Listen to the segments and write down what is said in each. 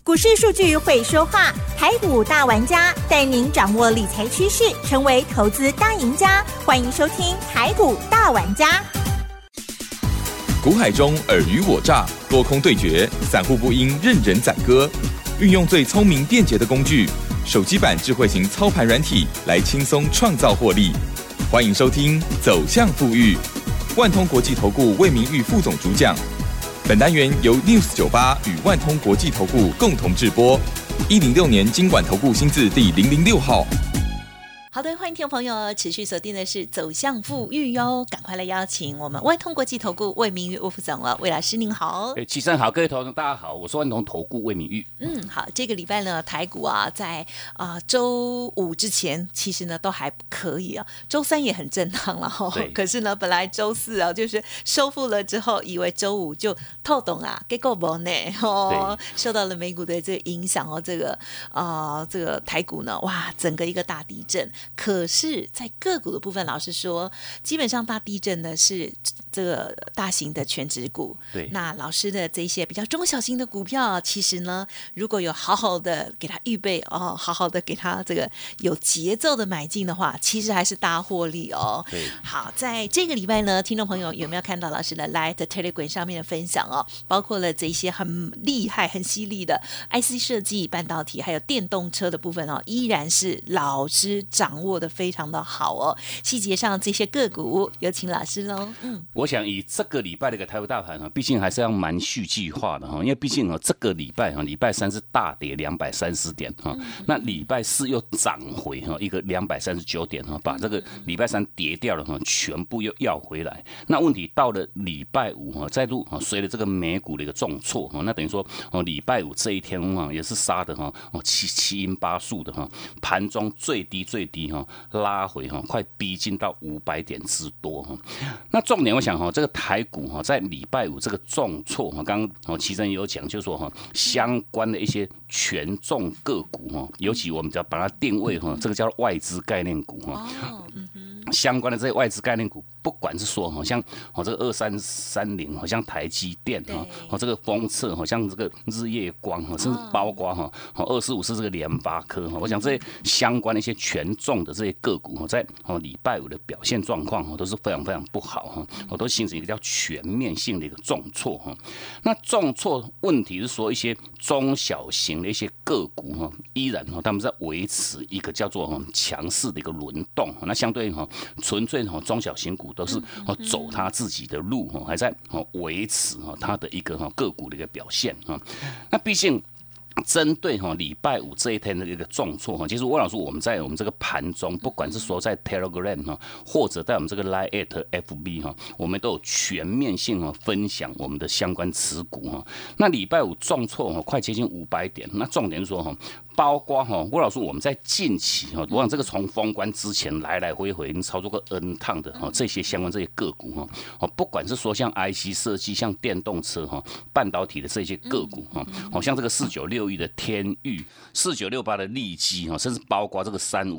股市数据会说话，台股大玩家带您掌握理财趋势，成为投资大赢家。欢迎收听台股大玩家。 股海中尔虞我诈，多空对决，散户不应任人宰割。运用最聪明便捷的工具，手机版智慧型操盘软体来轻松创造获利。欢迎收听《走向富裕》，万通国际投顾魏明玉副总主讲。本单元由 News98 与万通国际投顾共同制播。106年金管投顾新字第006号。 好的，欢迎听众朋友持续锁定的是走向富裕哟，赶快来邀请我们万通国际投顾魏明玉魏副总了，魏老师您好。 齐生好，各位投资大家好，我是万通投顾魏明玉。 好，这个礼拜呢，台股啊，在周五之前其实呢都还可以啊，周三也很震荡了哈。可是呢，本来周四啊就是收复了之后，以为周五就透懂啊，结果没呢受到了美股的这个影响哦，这个台股呢，哇，整个一个大地震。可是，在个股的部分，老实说，基本上大地震呢是这个大型的全指股。 对， 那老师的这些比较中小型的股票，其实呢，如果有好好的给他预备好好的给他这个有节奏的买进的话，其实还是大获利哦。 对， 好，在这个礼拜呢，听众朋友有没有看到老师的 Light Telegram 上面的分享哦？包括了这些很厉害、很犀利的 IC 设计、半导体，还有电动车的部分哦，依然是老师掌握的非常的好哦。细节上这些个股，有请老师喽。 我想以这个礼拜的一个台湾大盘毕竟还是要蛮戏剧化的因为毕竟这个礼拜三是大跌230点那礼拜四又涨回一个239点把这个礼拜三跌掉了全部又要回来。那问题到了礼拜五再度随着这个美股的一个重挫那等于说礼拜五这一天也是杀的七阴八素的盘中最低拉回快逼近到500点之多那重点我想这个台股在礼拜五这个重挫刚刚齐生也有讲，就是说相关的一些权重个股尤其我们只要把它定位这个叫外资概念股相关的这些外资概念股，不管是说像这个2330，像台积电这个封测，像这个日月光甚至包括245是这个联发科我想这些相关的一些权重的这些个股在礼拜五的表现状况都是非常非常不好都形成一个叫全面性的一个重挫那重挫问题是说一些中小型的一些个股依然他们在维持一个叫做强势的一个轮动那相对纯粹中小型股都是走他自己的路还在维持他的一个个股的一个表现那毕竟针对礼拜五这一天的一个重挫其实魏老师我们在我们这个盘中，不管是说在 Telegram 或者在我们这个 Line FB 我们都有全面性分享我们的相关持股那礼拜五重挫快接近500点，那重点是说包括魏老师我们在近期我想这个从封关之前来来回回已经操作过 N 趟的这些相关这些个股不管是说像 IC 设计、像电动车半导体的这些个股像这个4961的天钰、4968的利基甚至包括这个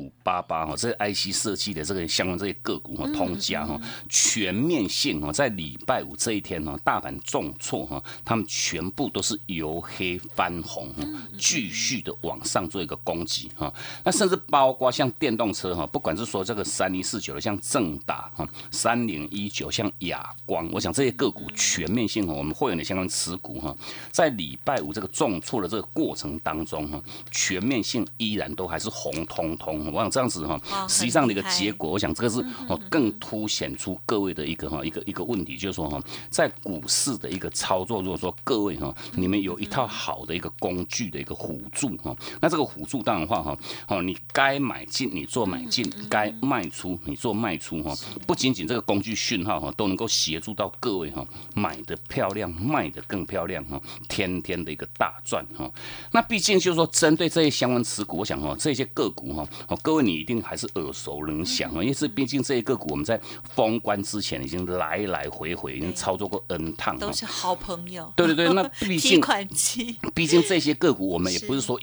3588这些 IC 设计的这个相关这些个股通家全面性在礼拜五这一天大盘重挫他们全部都是由黑翻红继续的往上做一个攻击那甚至包括像电动车不管是说这个3149的像正达3019像亚光，我想这些个股全面性我们会员的相关持股在礼拜五这个重挫的这个过程当中全面性依然都还是红彤彤我想这样子实际上的一个结果我想这个是更凸显出各位的一个问题，就是说在股市的一个操作，如果说各位你们有一套好的一个工具的一个辅助那这个辅助当然话你该买进你做买进，该卖出你做卖出不仅仅这个工具讯号都能够协助到各位买得漂亮卖得更漂亮天天的一个大赚那毕竟就是说针对这些相关持股我想这些个股各位你一定还是耳熟能详因为是毕竟这些个股我们在封关之前已经来来回回已经操作过 N 趟都是好朋友对对对那毕竟提款机毕竟这些个股我们也不是说一路死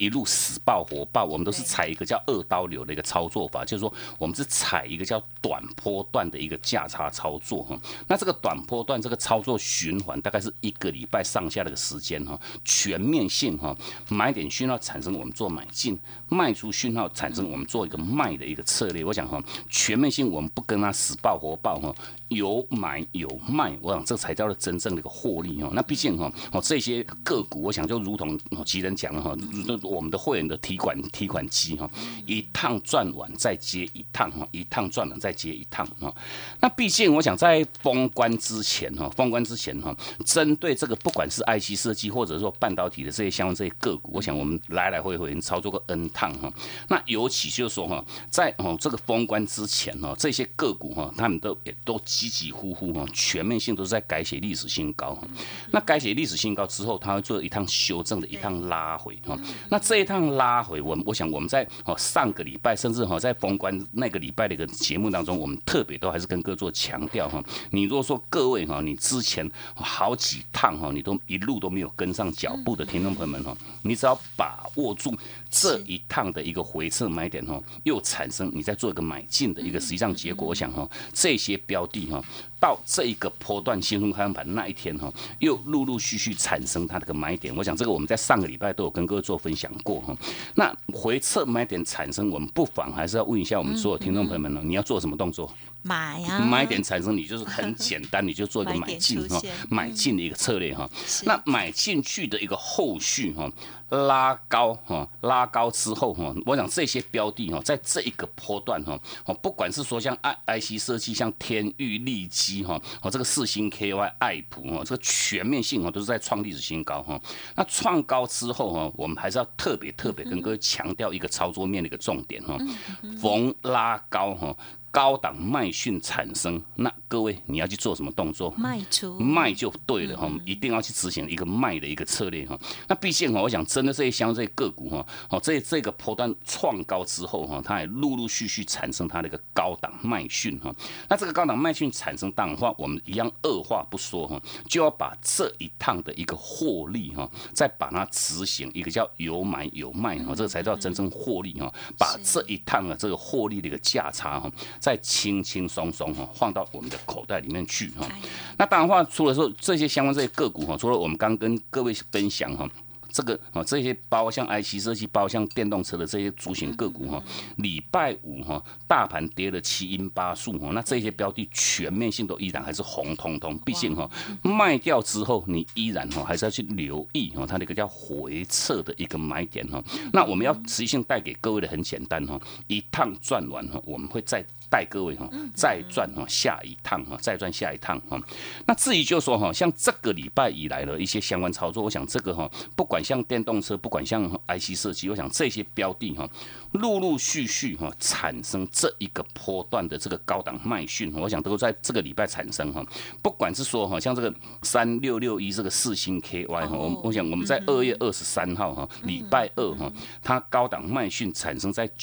死抱活抱，我们都是采一个叫2刀流的一个操作法，就是说我们是采一个叫短波段的一个价差操作哈。那这个短波段这个操作循环大概是1个礼拜上下的一个时间哈，全面性哈，买点讯号产生我们做买进，卖出讯号产生我们做一个卖的一个策略。我想哈，全面性我们不跟它死抱活抱哈，有买有卖，我想这才叫做真正的一个获利哈。那毕竟哈，这些个股我想就如同吉人讲的哈，我们的会员的提款机哈，一趟赚完再接一趟哈，一趟赚完再接一趟哈。那毕竟我想在封关之前哈，针对这个不管是 IC 设计或者说半导体的这些相关这些个股，我想我们来回已经操作过 N 趟哈。那尤其就是说哈，在这个封关之前哈，这些个股哈，他们也都起起伏伏哈，全面性都是在改写历史新高。那改写历史新高之后，它会做一趟修正的一趟拉回哈。那这一趟拉回，我想我们在上个礼拜甚至在封关那个礼拜的一个节目当中，我们特别都还是跟各位做强调哈。你如果说各位哈，你之前好几趟哈，你都一路都没有跟上脚步的听众朋友们哈，你只要把握住这一趟的一个回撤买点哈，又产生你在做一个买进的一个实际上结果，我想哈，这些标的哈，到这一个波段新春开盘那一天哈，又陆陆续续产生它的个买点。我想这个我们在上个礼拜都有跟各位做分享过哈。那回撤买点产生，我们不妨还是要问一下我们所有听众朋友们呢，你要做什么动作？ 买啊！ 买点产生，你就是很简单，你就做一个买进哈，买进的一个策略哈。那买进去的一个后续哈，拉高之后哈，我想这些标的哈，在这一个波段哈，不管是说像 IC 设计，像天钰、利基哈，这个世芯 KY、爱普哈，这个全面性哈都是在创历史新高哈。那创高之后哈，我们还是要特别跟各位强调一个操作面的一个重点哈，逢拉高哈。高档卖讯产生，那各位你要去做什么动作？ 卖出， 卖就对了哈，一定要去执行一个卖的一个策略哈。那毕竟哈，我想真的这些相关这些个股哈，这个波段创高之后哈，它也陆陆续续产生它的一个高档卖讯哈。那这个高档卖讯产生当然话，我们一样二话不说哈，就要把这一趟的一个获利哈，再把它执行一个叫有买有卖哈，这个才叫真正获利哈。把这一趟的这个获利的一个价差哈。再轻轻松松放到我们的口袋里面去哈。那当然话，除了说这些相关这些个股哈，除了我们刚跟各位分享哈。这些包像 IC 设计、包像电动车的这些主型个股哈，礼拜五哈大盘跌了7英8素哈，那这些标的全面性都依然还是红彤彤。毕竟哈卖掉之后，你依然哈还是要去留意哈它的一个叫回撤的一个买点哈。那我们要实际性带给各位的很简单哈，一趟赚完哈，我们会再带各位再赚下一趟再赚下一趟。那至于就说像这个礼拜以来的一些相关操作，我想这个不管像电动车，不管像 IC 设计，我想这些标的陆陆续续产生这一个波段的这个高档卖讯，我想都在这个礼拜产生不管是说像这个3661这个世芯 KY， 我想我们在2月23号礼拜二它高档卖讯产生在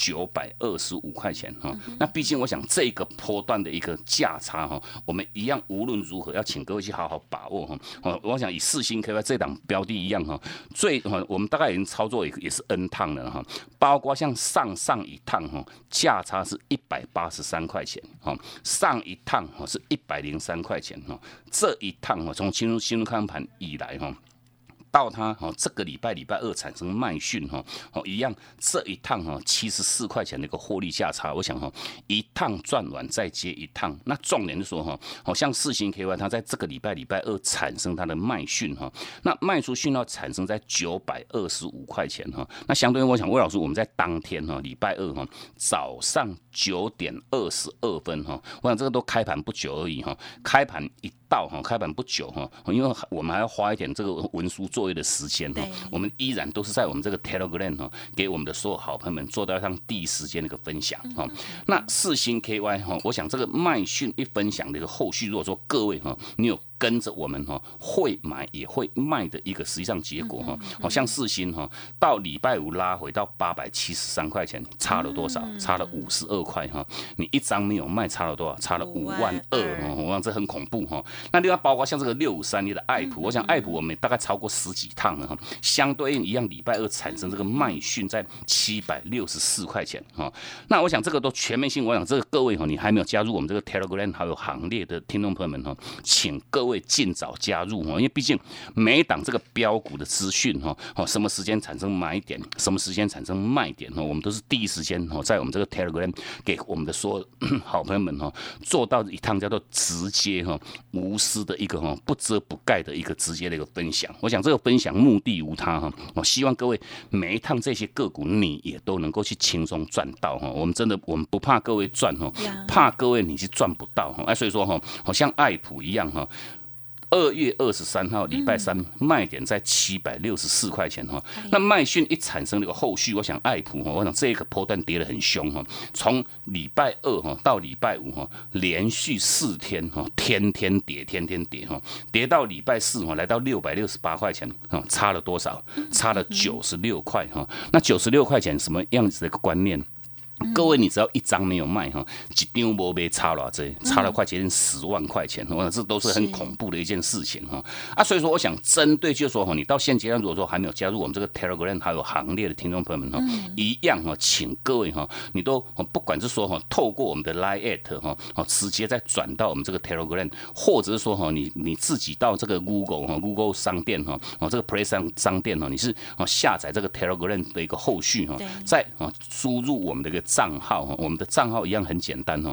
925块钱那毕竟我想这个波段的一个价差我们一样无论如何要请各位去好好把握我想以世芯 KY 这档标的一样我们大概已经操作也是 N 趟了包括像上一趟价差是183块钱上一趟是103块钱这一趟从新春开盘以来到它这个礼拜二产生卖讯一样这一趟74块钱的一个获利价差，我想一趟赚完再接一趟。那重点是说像世芯 KY 它在这个礼拜二产生它的卖讯那卖出讯号产生在925块钱那相对于我想魏老师我们在当天礼拜二早上9点22分我想这个都开盘不久而已开盘不久因为我们还要花一点这个文书作业的时间我们依然都是在我们这个 Telegram 给我们的所有好朋友们做到上第一时间的一个分享那世芯 KY 我想这个卖讯一分享的一个后续，如果说各位你有跟着我们会买也会卖的一个实际上结果好像世新到礼拜五拉回到873块钱，差了多少？差了52块你一张没有卖，差了多少？差了52000我想这很恐怖那另外包括像这个6531的爱普，我想爱普我们大概超过10几趟了相对应一样，礼拜二产生这个卖讯在764块钱那我想这个都全面性，我想这个各位你还没有加入我们这个 Telegram 好友行列的听众朋友们请各位尽早加入因为毕竟每一档这个标股的资讯什么时间产生买点，什么时间产生卖点我们都是第一时间在我们这个 Telegram 给我们的所有好朋友们做到一趟叫做直接无私的一个不遮不盖的一个直接的一个分享。我想这个分享目的无他我希望各位每一趟这些个股你也都能够去轻松赚到我们真的我们不怕各位赚怕各位你是赚不到所以说像爱普一样2月23号礼拜三卖点在764块钱那卖讯一产生这个后续，我想爱普我想这个波段跌得很凶从礼拜二到礼拜五连续4天天天跌跌到礼拜四来到668块钱差了多少？差了96块那96块钱什么样子的一个观念？各位，你只要一张没有卖一张没卖差了差了快接近10万块钱，我想这都是很恐怖的一件事情所以说我想针对就是说你到现阶段如果说还没有加入我们这个 Telegram 还有行列的听众朋友们一样请各位你都不管是说透过我们的 Line@ 直接再转到我们这个 Telegram， 或者是说你自己到这个 Google 商店这个 Play 商店你是下载这个 Telegram 的一个后续再输入我们的一个账号我们的账号一样很简单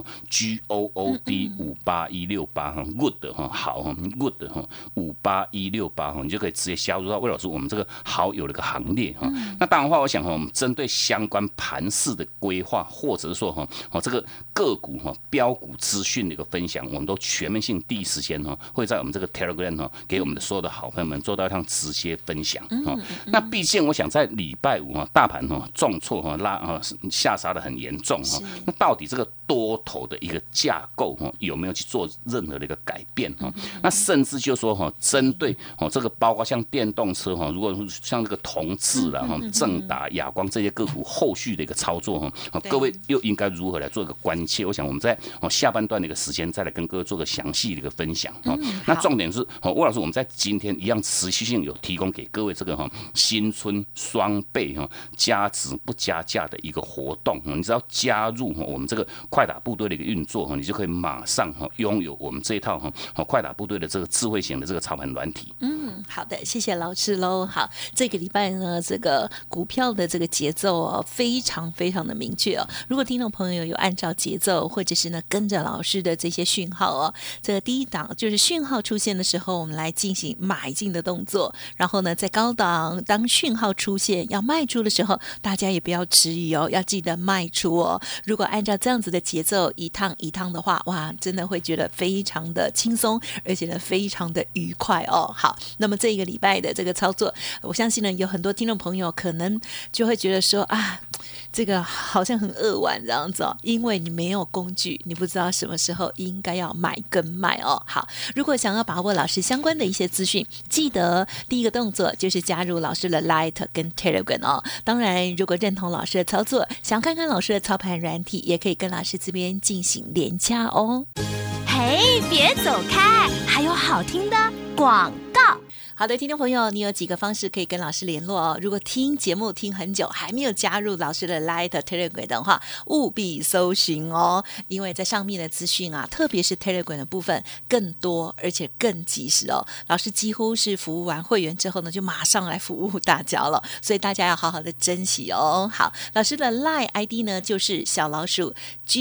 GOOD58168 good 好 good 58168你就可以直接加入到魏老师我们这个好友的一个行列那当然的话，我想我们针对相关盘势的规划，或者是说这个个股标股资讯的一个分享，我们都全面性第一时间会在我们这个 Telegram 给我们的所有的好朋友们做到一趟直接分享那毕竟我想在礼拜五大盘重挫下杀的很严重那到底这个多头的一个架构有没有去做任何的一个改变那甚至就说针对这个包括像电动车如果像这个同志啦正达亚光这些个股后续的一个操作各位又应该如何来做一个关切？我想我们在下半段的一个时间再来跟各位做个详细的一个分享那重点是魏老师我们在今天一样持续性有提供给各位这个新春双倍加值不加价的一个活动你只要加入我们这个快打部队的一个运作你就可以马上拥有我们这一套快打部队的这个智慧型的这个操盘软体好的，谢谢老师喽。好，这个礼拜呢，这个股票的这个节奏非常非常的明确如果听众朋友有按照节奏，或者是呢跟着老师的这些讯号这个第一档就是讯号出现的时候，我们来进行买进的动作。然后呢，在高档当讯号出现要卖出的时候，大家也不要迟疑要记得卖出如果按照这样子的节奏一趟一趟的话，哇，真的会觉得非常的轻松，而且呢非常的愉快好，那么这一个礼拜的这个操作，我相信呢有很多听众朋友可能就会觉得说这个好像很扼腕这样子因为你没有工具，你不知道什么时候应该要买跟卖好，如果想要把握老师相关的一些资讯，记得第一个动作就是加入老师的 Line 跟 Telegram 当然如果认同老师的操作，想看看老师的操盘软体，也可以跟老师这边进行连加嘿，别走开，还有好听的广告。 好的，听众朋友，你有几个方式可以跟老师联络如果听节目听很久还没有加入老师的 Line Telegram 的话，务必搜寻因为在上面的资讯特别是 Telegram 的部分更多而且更及时老师几乎是服务完会员之后呢，就马上来服务大家了，所以大家要好好的珍惜好，老师的 Line ID 呢就是小老鼠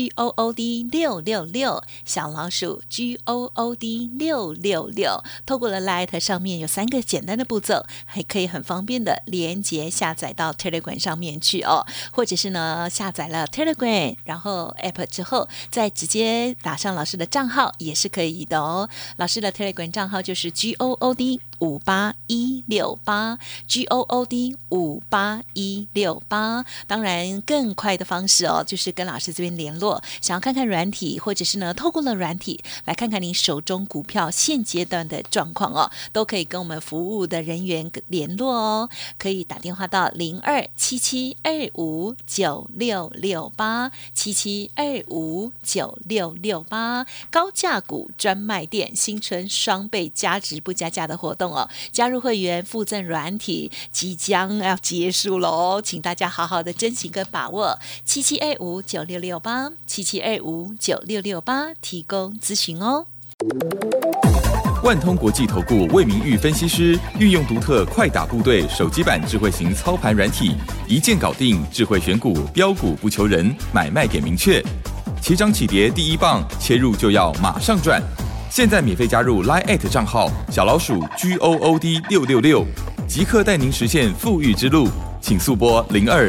GOOD666 小老鼠 GOOD666， 透过了 Line 上面有3个简单的步骤，还可以很方便的连结下载到 Telegram 上面去或者是呢下载了 Telegram 然后 App 之后再直接打上老师的账号也是可以的老师的 Telegram 账号就是 GOOD 58168 GOOD 58168。当然更快的方式哦，就是跟老师这边联络，想要看看软体，或者是呢透过了软体来看看你手中股票现阶段的状况哦，都可以跟我们服务的人员联络哦，可以打电话到0277259668 77259668，高价股专卖店，新春双倍加值不加价的活动哦，加入会员附赠软体即将要结束喽，请大家好好的珍惜跟把握。77259668 77259668提供咨询哦。 万通国际投顾魏明玉分析师运用独特快打部队手机版智慧型操盘软体，一键搞定智慧选股，标股不求人，买卖点明确，起涨起跌第一棒，切入就要马上赚。现在免费加入 Line@ 账号小老鼠 GOOD666，即刻带您实现富裕之路，请速拨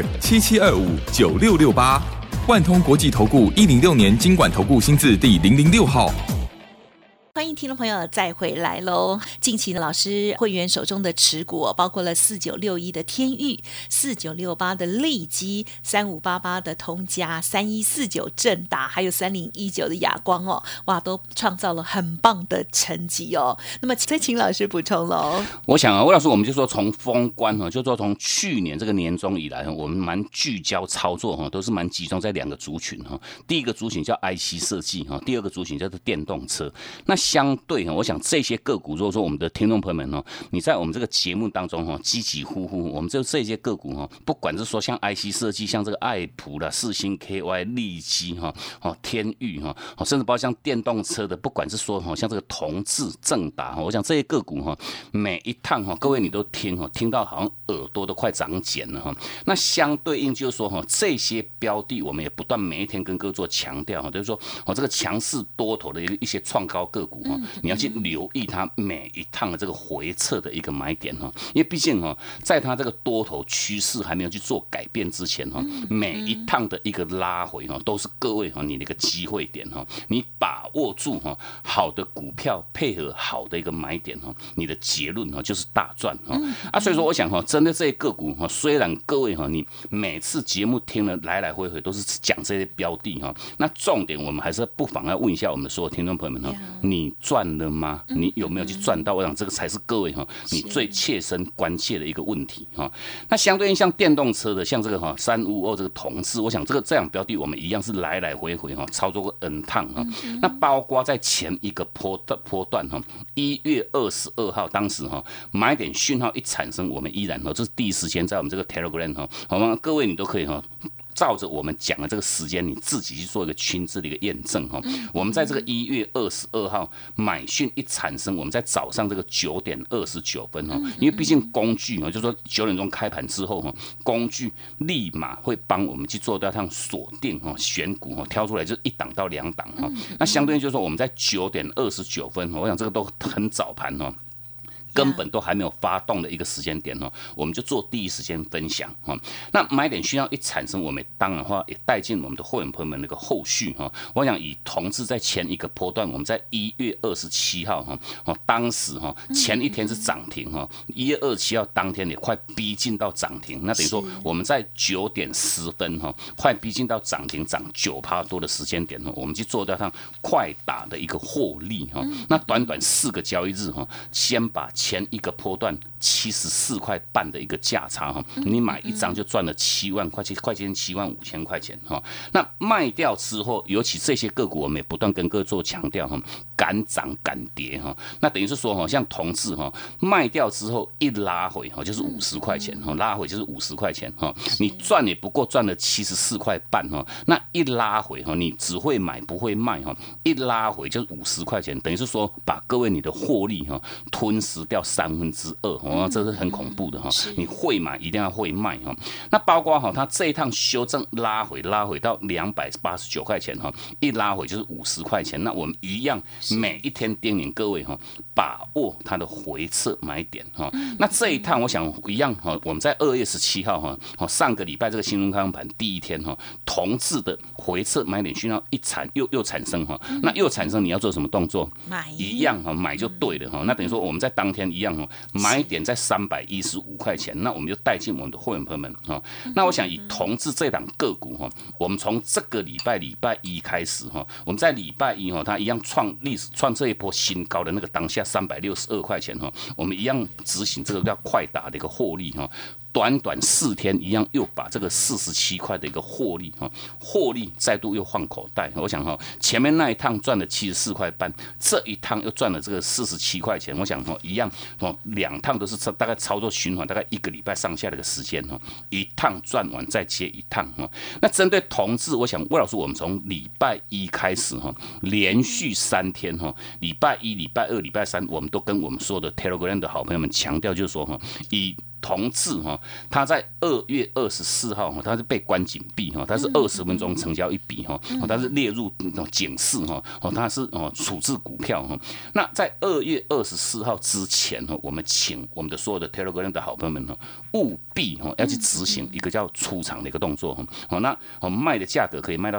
0277259668。万通国际投顾106年金管投顾新字第006号。 欢迎听众朋友再回来喽！近期呢，老师会员手中的持股包括了4961的天钰、4968的利基、3588的通家、3149正达，还有3019的亚光哦，哇，都创造了很棒的成绩哦。那么再请老师补充喽。 我想啊，魏老师，我们就说从封关就说从去年这个年中以来，我们蛮聚焦操作都是蛮集中在两个族群第一个族群叫 IC 设计第二个族群叫做电动车。那相对我想这些个股，如果说我们的听众朋友们你在我们这个节目当中积极呼呼，我们这些个股不管是说像 IC 设计，像这个爱普啦、世芯 KY、利基天钰甚至包括像电动车的，不管是说像这个同致、正达，我想这些个股每一趟各位你都听到好像耳朵都快长茧了那相对应就是说这些标的我们也不断每一天跟各位做强调就是说这个强势多头的一些创高个股你要去留意它每一趟的这个回撤的一个买点因为毕竟在它这个多头趋势还没有去做改变之前每一趟的一个拉回都是各位你的一个机会点你把握住好的股票配合好的一个买点你的结论就是大赚所以说我想针对这些个股虽然各位你每次节目听了来来回回都是讲这些标的那重点我们还是不妨要问一下我们所有听众朋友们你赚了吗？你有没有去赚到？我想这个才是各位你最切身关切的一个问题那相对应像电动车的，像这个3552这个同致，我想这样标的我们一样是来来回回操作过 N 趟那包括在前一个波段1月22号，当时买点讯号一产生，我们依然这是第一时间在我们这个 Telegram 好吗？各位你都可以照着我们讲的这个时间，你自己去做一个亲自的一个验证我们在这个1月22号买讯一产生，我们在早上这个9点29分因为毕竟工具就是说9点钟开盘之后工具立马会帮我们去做到像锁定选股挑出来就是1档到2档那相对就是说我们在9点29分我想这个都很早盘根本都还没有发动的一个时间点我们就做第一时间分享那买点需要一产生，我们当然的话也带进我们的会员朋友们那个后续我想以同致在前一个波段，我们在1月27号当时前一天是涨停1月27号当天也快逼近到涨停，那等于说我们在9点10分快逼近到涨停，涨9%多的时间点我们去做到上快打的一个获利那短短4个交易日先把前一个波段74块半的一个价差你买一张就赚了7万块钱，快接近7万5千块钱那卖掉之后，尤其这些个股我们也不断跟各位做强调敢涨敢跌那等于是说像同致卖掉之后一拉回就是50块钱拉回就是50块钱你赚也不过赚了74块半那一拉回你只会买不会卖一拉回就是50块钱，等于是说把各位你的获利吞噬掉2/3 这是很恐怖的哈。你会买一定要会卖哈。那包括哈，它这一趟修正拉回到289块钱哈，一拉回就是50块钱。那我们一样每一天叮咛各位哈，把握它的回撤买点哈。那这一趟我想一样哈，我们在2月17号哈，上个礼拜这个新春开放盘第一天哈，同志的回撤买点讯号又产生哈，那又产生你要做什么动作？买一样哈，买就对了哈。那等于说我们在当天一样哈，买点在315块钱，那我们就带进我们的会员朋友们哈。那我想以同志这档个股哈，我们从这个礼拜一开始哈，我们在礼拜一哈，它一样创这一波新高的那个当下362块钱哈，我们一样执行这个叫快打的一个获利哈。短4天一样又把这个47块的一个获利再度又换口袋。我想前面那一趟赚了74块半，这一趟又赚了这个47块钱。我想一样2趟都是大概操作循环大概1个礼拜上下的一个时间一趟赚完再接一趟。那针对同志，我想魏老师我们从礼拜一开始连续3天礼拜一、礼拜二、礼拜三，我们都跟我们所有的 Telegram 的好朋友们强调，就是说以同志他在2月24号他是被关紧闭他是20分钟成交一笔他是列入警示他是处置股票那在2月24号之前我们请我们的所有的 Telegram 的好朋友们务必要去执行一个叫出场的一个动作那卖的价格可以卖到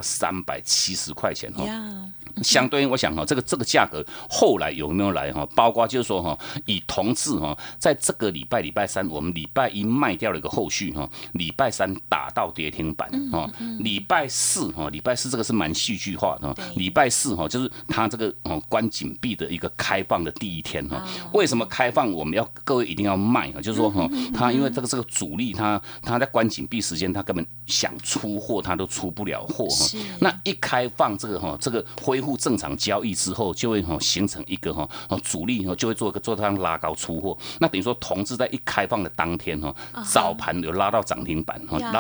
370块钱相对应我想这个价格后来有没有来包括就是说以同志在这个礼拜三我们礼拜一卖掉了一个后续礼拜三打到跌停板礼拜四这个是蛮戏剧化的礼拜四就是它这个关紧闭的一个开放的第一天为什么开放我们要各位一定要卖就是说它因为这个主力它在关紧闭时间它根本想出货它都出不了货那一开放这个恢复正常交易之后就会形成一个主力就会做它拉高出货那等于说同志在一开放的当天早盘有拉到涨停板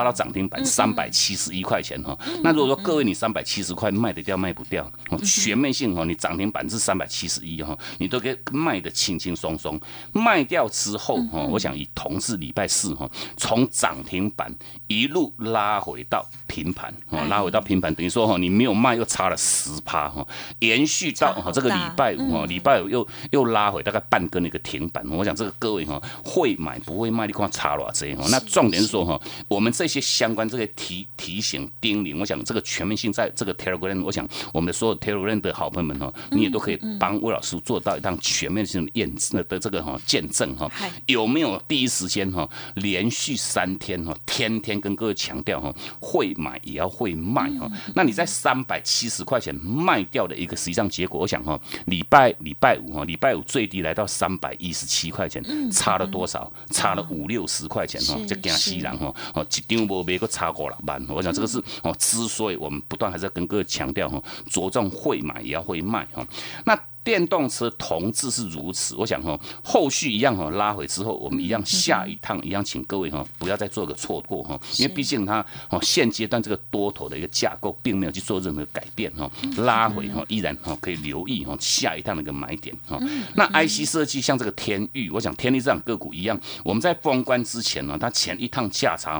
371块钱那如果说各位你370块卖得掉卖不掉全面性你涨停板是371你都可以卖得轻轻松松卖掉之后我想以同志礼拜四从涨停板一路拉回到平盘等于说你没有卖又差了10%延续到这个礼拜五又拉回大概半根的一个停板我想这个各位会买不会卖你看差了这那重点是说我们这些相关这个提醒叮咛我想这个全面性在这个 Telegram 我想我们的所有 Telegram 的好朋友们你也都可以帮魏老师做到一趟全面性的验证的这个见证有没有第一时间连续3天天天跟各位强调会买也要会卖那你在370块钱卖掉的一个实际上结果我想礼拜五最低来到317块钱差了多少差了50-60块钱这惊死人一张无卖个差5-6万我想这个是之所以我们不断还是要跟各位强调着重会买也要会卖那电动车同志是如此，我想后续一样拉回之后，我们一样下一趟一样，请各位不要再做个错过因为毕竟它现阶段这个多头的一个架构并没有去做任何改变拉回依然可以留意下一趟的一个买点那 IC 设计像这个天钰，我想天钰这档个股一样，我们在封关之前它前一趟价差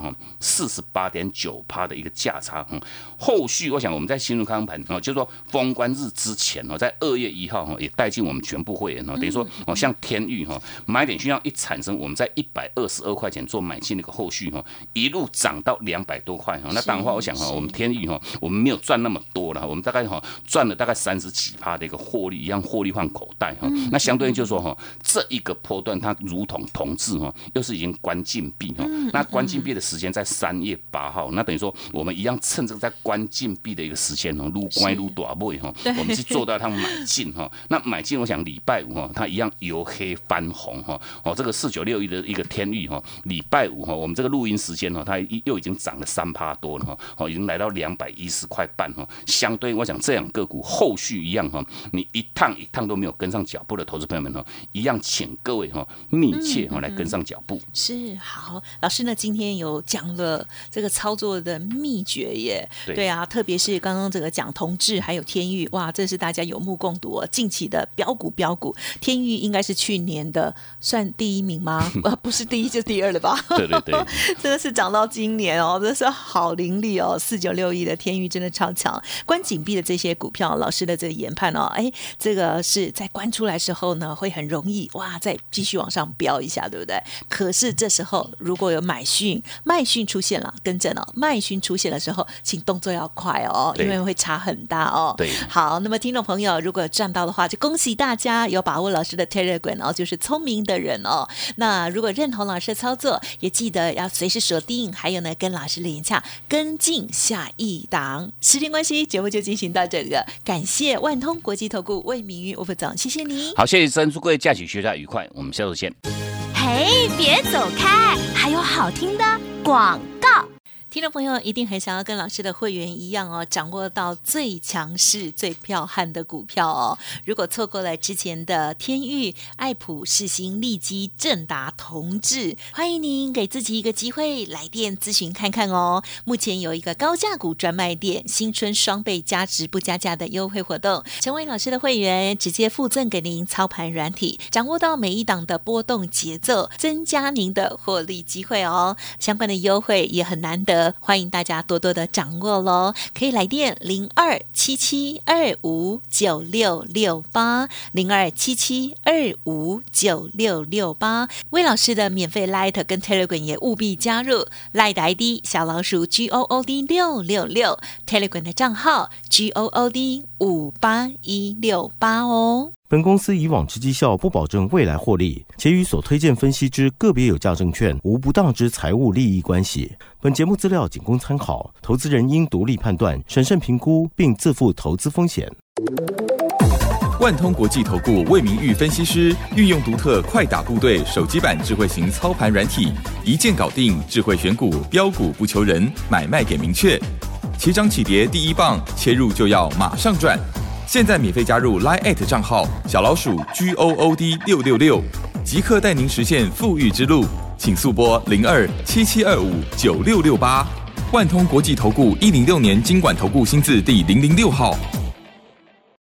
48.9% 的一个价差后续我想我们在新春开盘就是说封关日之前在2月1号也带进我们全部会员等于说像天钰买点讯号一产生，我们在122块钱做买进的一个后续一路涨到200多块那当然话我想我们天钰我们没有赚那么多了，我们大概赚了大概30几%的一个获利，一样获利换口袋那相对就是说这一个波段它如同同志又是已经关禁闭那关禁闭的时间在3月8号那等于说我们一样趁这个在关禁闭的一个时间愈关愈大买我们是做到它买进那买进我想礼拜五它一样由黑翻红这个4961的一个天钰礼拜五我们这个录音时间它又已经涨了3%多了已经来到210块半相对我想这样个股后续一样你一趟一趟都没有跟上脚步的投资朋友们一样请各位密切来跟上脚步是好老师呢今天有讲了这个操作的秘诀耶对啊特别是刚刚这个讲同志还有天钰哇这是大家有目共睹近期奇的标股，天钰应该是去年的算第1名吗？不是第1就是第2了吧？ 对对对， 真的是涨到今年哦，真的是好凌厉哦，496亿的天钰真的超强。关紧闭的这些股票，老师的这个研判哦，这个是在关出来时候呢，会很容易哇，再继续往上飙一下，对不对？可是这时候如果有卖讯出现了，更正哦，卖讯出现的时候，请动作要快哦，因为会差很大哦。 对， 好，那么听众朋友如果有赚到的话，就恭喜大家有把握老师的 Telegram 哦，就是聪明的人哦。那如果认同老师的操作，也记得要随时锁定，还有呢跟老师连洽跟进下一档。时间关系，节目就进行到这里了，感谢万通国际投顾魏明玉吴副总，谢谢你。 好，谢谢珍珠，各位假期学假愉快，我们下周见。 嘿，别走开，还有好听的广告。 听众朋友一定很想要跟老师的会员一样哦，掌握到最强势、最彪悍的股票哦。如果错过了之前的天钰、爱普、世新、利基、正达、同致，欢迎您给自己一个机会，来电咨询看看哦。目前有一个高价股专卖店，新春双倍加值不加价的优惠活动，成为老师的会员，直接附赠给您操盘软体，掌握到每一档的波动节奏，增加您的获利机会哦。相关的优惠也很难得。欢迎大家多多的掌握咯，可以来电0277259668 0277259668。魏老师的免费 Light 跟 Telegram 也务必加入 Light 的 ID 小老鼠 GOOD666 Telegram 的账号 GOOD58168 哦。 本公司以往之绩效不保证未来获利，且与所推荐分析之个别有价证券无不当之财务利益关系。本节目资料仅供参考，投资人应独立判断、审慎评估，并自负投资风险。 万通国际投顾魏明玉分析师运用独特快打部队手机版智慧型操盘软体，一键搞定智慧选股，标股不求人，买卖给明确。起涨起跌第一棒，切入就要马上赚。现在免费加入 Line@ 账号小老鼠 GOOD666， 即刻带您实现富裕之路。请速拨0277259668。万通国际投顾106年金管投顾新字第006号。